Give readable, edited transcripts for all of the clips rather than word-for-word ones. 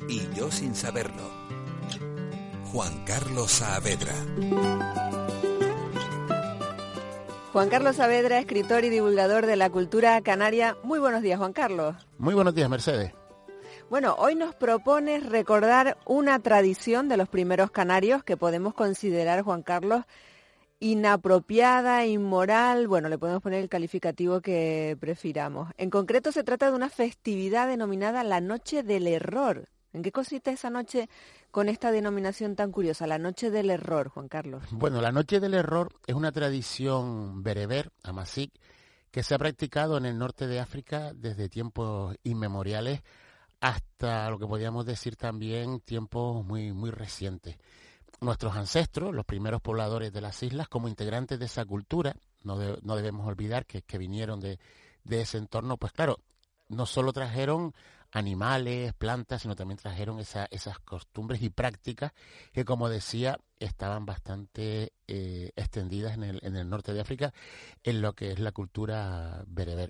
Y yo sin saberlo. Juan Carlos Saavedra. Juan Carlos Saavedra, escritor y divulgador de la cultura canaria. Muy buenos días, Juan Carlos. Muy buenos días, Mercedes. Bueno, hoy nos propones recordar una tradición de los primeros canarios que podemos considerar, Juan Carlos, inapropiada, inmoral, bueno, le podemos poner el calificativo que prefiramos. En concreto se trata de una festividad denominada la Noche del Error. ¿En qué consiste esa noche con esta denominación tan curiosa, la Noche del Error, Juan Carlos? Bueno, la Noche del Error es una tradición bereber, amazigh, que se ha practicado en el norte de África desde tiempos inmemoriales hasta lo que podríamos decir también tiempos muy, muy recientes. Nuestros ancestros, los primeros pobladores de las islas, como integrantes de esa cultura, no debemos olvidar que vinieron de ese entorno, pues claro, no solo trajeron animales, plantas, sino también trajeron esas costumbres y prácticas que, como decía, estaban bastante extendidas en el norte de África, en lo que es la cultura bereber.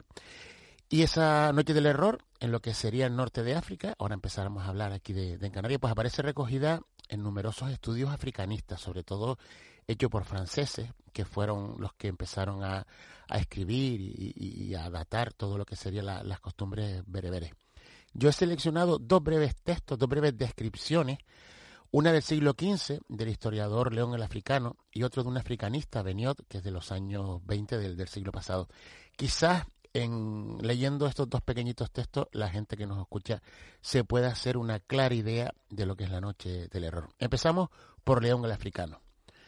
Y esa Noche del Error, en lo que sería el norte de África, ahora empezáramos a hablar aquí de Canarias, pues aparece recogida en numerosos estudios africanistas, sobre todo hechos por franceses, que fueron los que empezaron a escribir y a datar todo lo que serían las costumbres bereberes. Yo he seleccionado dos breves textos, dos breves descripciones, una del siglo XV, del historiador León el Africano, y otro de un africanista, Beniot, que es de los años 20 del siglo pasado. Quizás leyendo estos dos pequeñitos textos, la gente que nos escucha se pueda hacer una clara idea de lo que es la Noche del Error. Empezamos por León el Africano.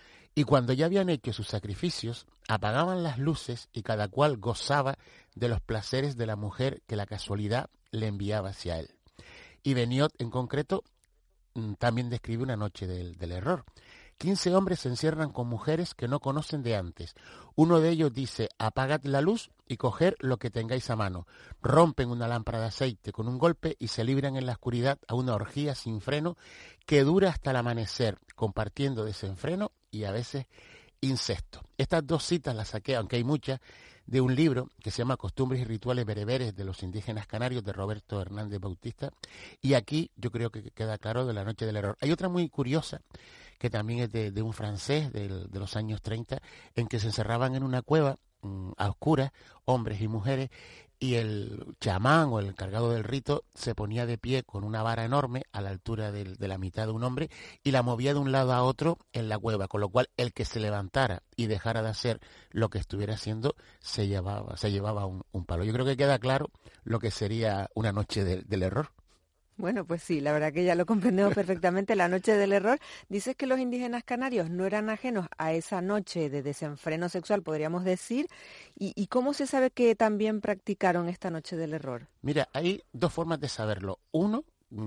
Y cuando ya habían hecho sus sacrificios, apagaban las luces y cada cual gozaba de los placeres de la mujer que la casualidad le enviaba hacia él. Y Beniot, en concreto, también describe una noche del error. 15 hombres se encierran con mujeres que no conocen de antes. Uno de ellos dice: apagad la luz y coged lo que tengáis a mano. Rompen una lámpara de aceite con un golpe y se libran en la oscuridad a una orgía sin freno que dura hasta el amanecer, compartiendo desenfreno y a veces incesto. Estas dos citas las saqué, aunque hay muchas, de un libro que se llama Costumbres y Rituales Bereberes de los Indígenas Canarios, de Roberto Hernández Bautista, y aquí yo creo que queda claro de la Noche del Error. Hay otra muy curiosa, que también es de un francés de los años 30, en que se encerraban en una cueva a oscuras, hombres y mujeres, y el chamán o el encargado del rito se ponía de pie con una vara enorme a la altura de la mitad de un hombre y la movía de un lado a otro en la cueva, con lo cual el que se levantara y dejara de hacer lo que estuviera haciendo se llevaba un palo. Yo creo que queda claro lo que sería una noche del error. Bueno, pues sí, la verdad que ya lo comprendemos perfectamente, la Noche del Error. Dices que los indígenas canarios no eran ajenos a esa noche de desenfreno sexual, podríamos decir. ¿Y cómo se sabe que también practicaron esta Noche del Error? Mira, hay dos formas de saberlo. Uno,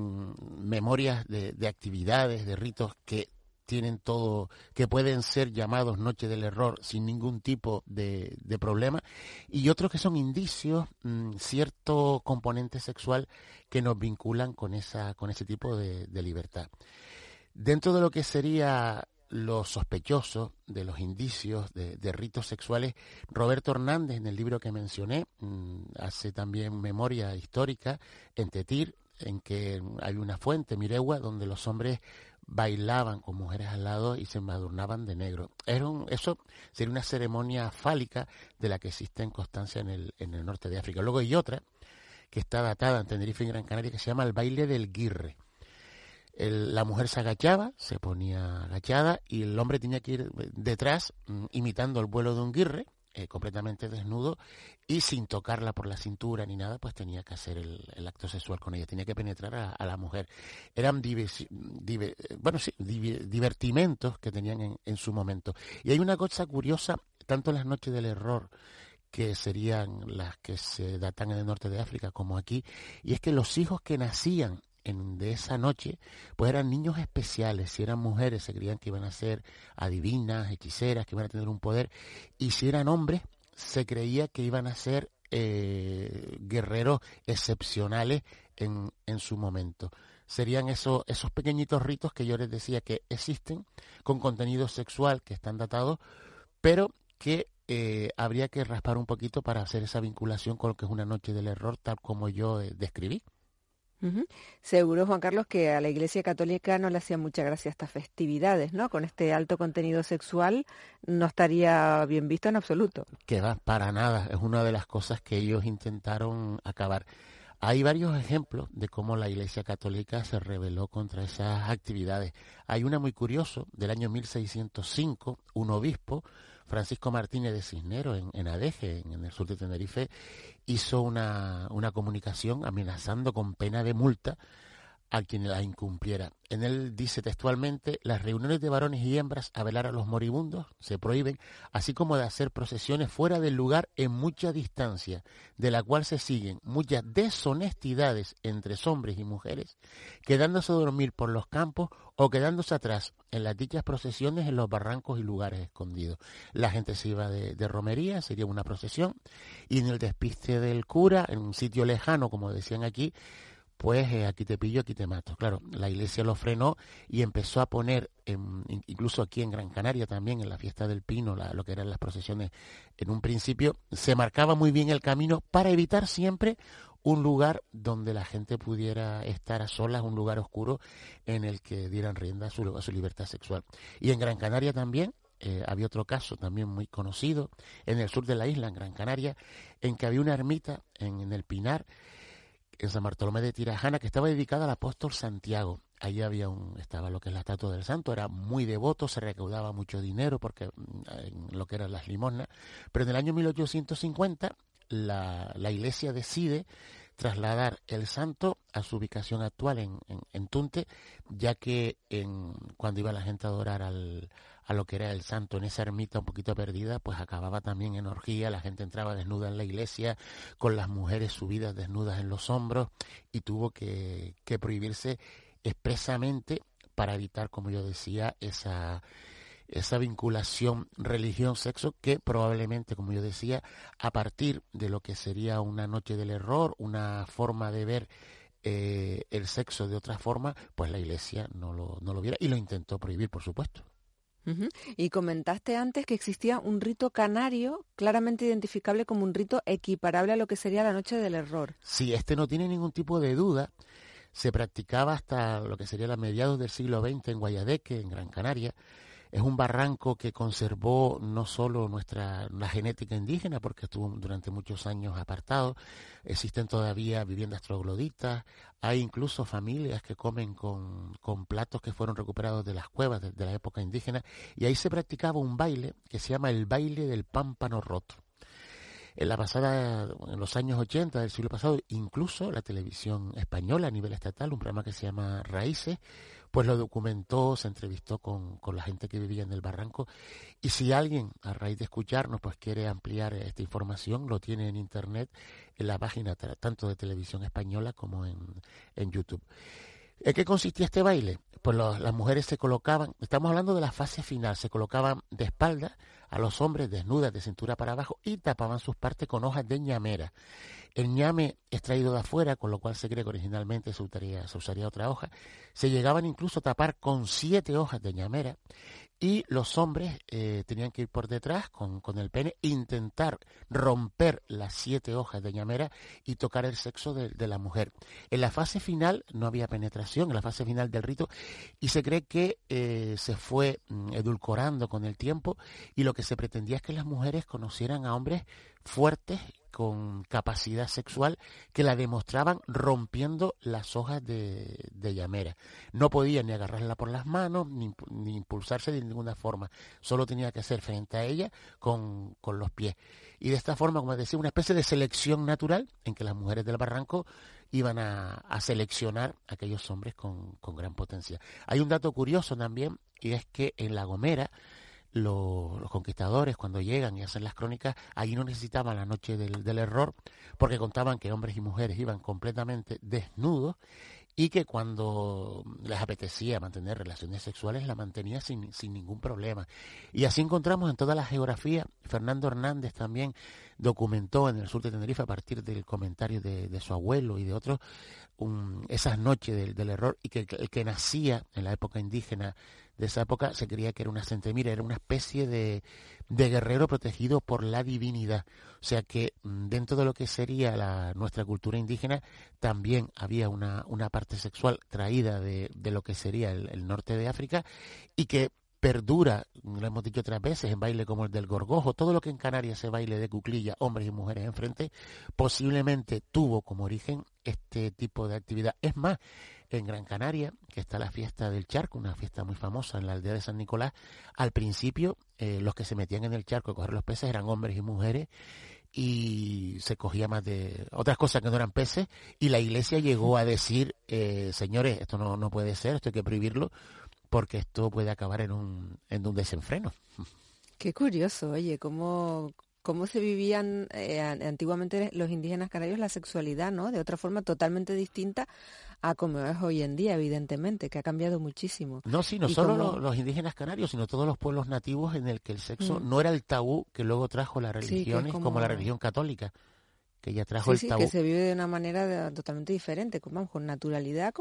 memorias de actividades, de ritos que tienen todo, que pueden ser llamados Noche del Error sin ningún tipo de problema, y otros que son indicios, cierto componente sexual que nos vinculan con ese tipo de libertad. Dentro de lo que sería lo sospechoso de los indicios de ritos sexuales, Roberto Hernández, en el libro que mencioné, hace también memoria histórica en Tetir, en que hay una fuente, Miregua, donde los hombres bailaban con mujeres al lado y se embadurnaban de negro. Eso sería una ceremonia fálica de la que existe en constancia en el norte de África. Luego hay otra que está datada en Tenerife y Gran Canaria, que se llama el baile del guirre. La mujer se agachaba, se ponía agachada, y el hombre tenía que ir detrás imitando el vuelo de un guirre, completamente desnudo y sin tocarla por la cintura ni nada, pues tenía que hacer el acto sexual con ella, tenía que penetrar a la mujer. Eran divertimentos que tenían en su momento. Y hay una cosa curiosa, tanto en las Noches del Error, que serían las que se datan en el norte de África, como aquí, y es que los hijos que nacían de esa noche, pues eran niños especiales. Si eran mujeres, se creían que iban a ser adivinas, hechiceras, que iban a tener un poder, y si eran hombres, se creía que iban a ser guerreros excepcionales en su momento. Serían esos pequeñitos ritos que yo les decía que existen, con contenido sexual, que están datados, pero que habría que raspar un poquito para hacer esa vinculación con lo que es una Noche del Error, tal como yo describí. Ujú. Seguro, Juan Carlos, que a la Iglesia Católica no le hacía mucha gracia estas festividades, ¿no? Con este alto contenido sexual no estaría bien visto en absoluto. Que va, para nada, es una de las cosas que ellos intentaron acabar. Hay varios ejemplos de cómo la Iglesia Católica se rebeló contra esas actividades. Hay una muy curiosa del año 1605, un obispo, Francisco Martínez de Cisneros, en Adeje, en el sur de Tenerife, hizo una comunicación amenazando con pena de multa a quien la incumpliera. En él dice textualmente: las reuniones de varones y hembras a velar a los moribundos se prohíben, así como de hacer procesiones fuera del lugar en mucha distancia, de la cual se siguen muchas deshonestidades entre hombres y mujeres, quedándose a dormir por los campos o quedándose atrás en las dichas procesiones en los barrancos y lugares escondidos. La gente se iba de romería, sería una procesión, y en el despiste del cura, en un sitio lejano, como decían aquí, pues aquí te pillo, aquí te mato. Claro, la Iglesia lo frenó y empezó a poner, incluso aquí en Gran Canaria también, en la fiesta del Pino, lo que eran las procesiones, en un principio se marcaba muy bien el camino para evitar siempre un lugar donde la gente pudiera estar a solas, un lugar oscuro en el que dieran rienda a su libertad sexual. Y en Gran Canaria también, había otro caso también muy conocido, en el sur de la isla, en Gran Canaria, en que había una ermita en el Pinar, en San Bartolomé de Tirajana, que estaba dedicada al apóstol Santiago. Allí estaba lo que es la estatua del santo, era muy devoto, se recaudaba mucho dinero porque en lo que eran las limosnas, pero en el año 1850 la Iglesia decide trasladar el santo a su ubicación actual en Tunte, ya que cuando iba la gente a adorar a lo que era el santo en esa ermita un poquito perdida, pues acababa también en orgía, la gente entraba desnuda en la iglesia, con las mujeres subidas desnudas en los hombros, y tuvo que prohibirse expresamente para evitar, como yo decía, esa vinculación religión-sexo que probablemente, como yo decía, a partir de lo que sería una noche del error, una forma de ver el sexo de otra forma, pues la Iglesia no lo viera y lo intentó prohibir, por supuesto. Ujú. Y comentaste antes que existía un rito canario claramente identificable como un rito equiparable a lo que sería la noche del error. Sí, no tiene ningún tipo de duda. Se practicaba hasta lo que sería la mediados del siglo XX en Guayadeque, en Gran Canaria. Es un barranco que conservó no solo la genética indígena, porque estuvo durante muchos años apartado, existen todavía viviendas trogloditas, hay incluso familias que comen con platos que fueron recuperados de las cuevas de la época indígena, y ahí se practicaba un baile que se llama el baile del pámpano roto. En los años 80 del siglo pasado, incluso la televisión española a nivel estatal, un programa que se llama Raíces, pues lo documentó, se entrevistó con la gente que vivía en el barranco. Y si alguien, a raíz de escucharnos, pues quiere ampliar esta información, lo tiene en internet, en la página tanto de televisión española como en YouTube. ¿En qué consistía este baile? Pues las mujeres se colocaban, estamos hablando de la fase final, se colocaban de espaldas a los hombres desnudas de cintura para abajo y tapaban sus partes con hojas de ñamera. El ñame es traído de afuera, con lo cual se cree que originalmente se usaría otra hoja. Se llegaban incluso a tapar con 7 hojas de ñamera, y los hombres tenían que ir por detrás con el pene, intentar romper las 7 hojas de ñamera y tocar el sexo de la mujer. En la fase final no había penetración, en la fase final del rito, y se cree que se fue edulcorando con el tiempo, y lo que se pretendía es que las mujeres conocieran a hombres fuertes, con capacidad sexual, que la demostraban rompiendo las hojas de llamera. No podía ni agarrarla por las manos, ni impulsarse de ninguna forma. Solo tenía que hacer frente a ella con los pies. Y de esta forma, como decía, una especie de selección natural en que las mujeres del barranco iban a seleccionar a aquellos hombres con gran potencia. Hay un dato curioso también, y es que en La Gomera, los conquistadores, cuando llegan y hacen las crónicas, allí no necesitaban la noche del error, porque contaban que hombres y mujeres iban completamente desnudos, y que cuando les apetecía mantener relaciones sexuales, la mantenía sin ningún problema. Y así encontramos en toda la geografía. Fernando Hernández también documentó en el sur de Tenerife, a partir del comentario de su abuelo y de otros, esas noches del error, y que el que nacía en la época indígena de esa época, se creía que era una centemira, era una especie de guerrero protegido por la divinidad. O sea que dentro de lo que sería nuestra cultura indígena también había una parte sexual traída de lo que sería el norte de África y que perdura, lo hemos dicho otras veces, en baile como el del gorgojo, todo lo que en Canarias se baile de cuclilla, hombres y mujeres enfrente, posiblemente tuvo como origen este tipo de actividad. Es más, en Gran Canaria, que está la fiesta del charco, una fiesta muy famosa en la aldea de San Nicolás, al principio los que se metían en el charco a coger los peces eran hombres y mujeres, y se cogía más de otras cosas que no eran peces, y la iglesia llegó a decir, señores, esto no puede ser, esto hay que prohibirlo, porque esto puede acabar en un desenfreno. Qué curioso, oye, cómo se vivían antiguamente los indígenas canarios la sexualidad, ¿no? De otra forma totalmente distinta a como es hoy en día, evidentemente, que ha cambiado muchísimo. No, sí, no Y solo los indígenas canarios, sino todos los pueblos nativos en el que el sexo no era el tabú que luego trajo las religiones, sí, como la religión católica, que ya trajo el tabú. que se vive de una manera totalmente diferente, con naturalidad,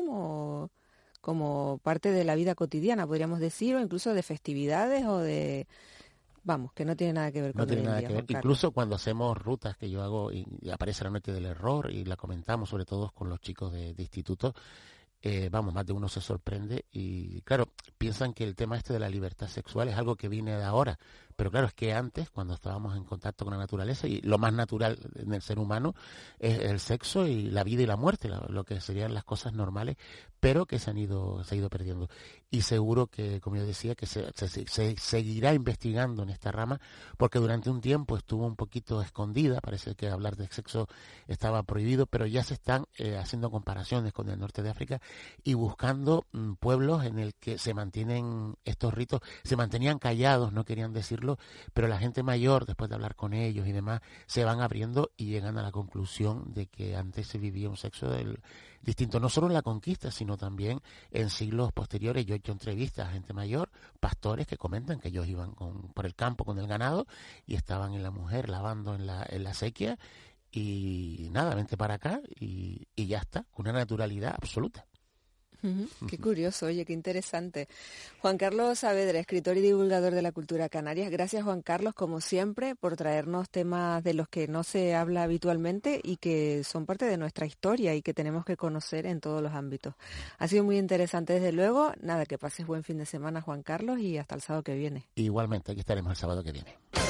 como parte de la vida cotidiana, podríamos decir, o incluso de festividades o de... Vamos, que no tiene nada que ver con No tiene hoy en nada día, que ver. Juan Carlos. Incluso cuando hacemos rutas que yo hago y aparece la noche del error y la comentamos sobre todo con los chicos de instituto, más de uno se sorprende y claro, piensan que el tema este de la libertad sexual es algo que viene de ahora, pero claro, es que antes, cuando estábamos en contacto con la naturaleza, y lo más natural en el ser humano es el sexo y la vida y la muerte, lo que serían las cosas normales, pero que se ha ido perdiendo. Y seguro que, como yo decía, que se seguirá investigando en esta rama, porque durante un tiempo estuvo un poquito escondida, parece que hablar de sexo estaba prohibido, pero ya se están haciendo comparaciones con el norte de África y buscando pueblos en el que se mantienen estos ritos, se mantenían callados, no querían decirlo, pero la gente mayor, después de hablar con ellos y demás, se van abriendo y llegan a la conclusión de que antes se vivía un sexo distinto, no solo en la conquista, sino también en siglos posteriores. Yo he hecho entrevistas a gente mayor, pastores que comentan que ellos iban por el campo con el ganado y estaban en la mujer lavando en la sequía y nada, vente para acá y ya está, con una naturalidad absoluta. Qué curioso, oye, qué interesante. Juan Carlos Saavedra, escritor y divulgador de la cultura canaria. Gracias, Juan Carlos, como siempre, por traernos temas de los que no se habla habitualmente y que son parte de nuestra historia y que tenemos que conocer en todos los ámbitos. Ha sido muy interesante, desde luego. Nada, que pases buen fin de semana, Juan Carlos, y hasta el sábado que viene. Igualmente, aquí estaremos el sábado que viene.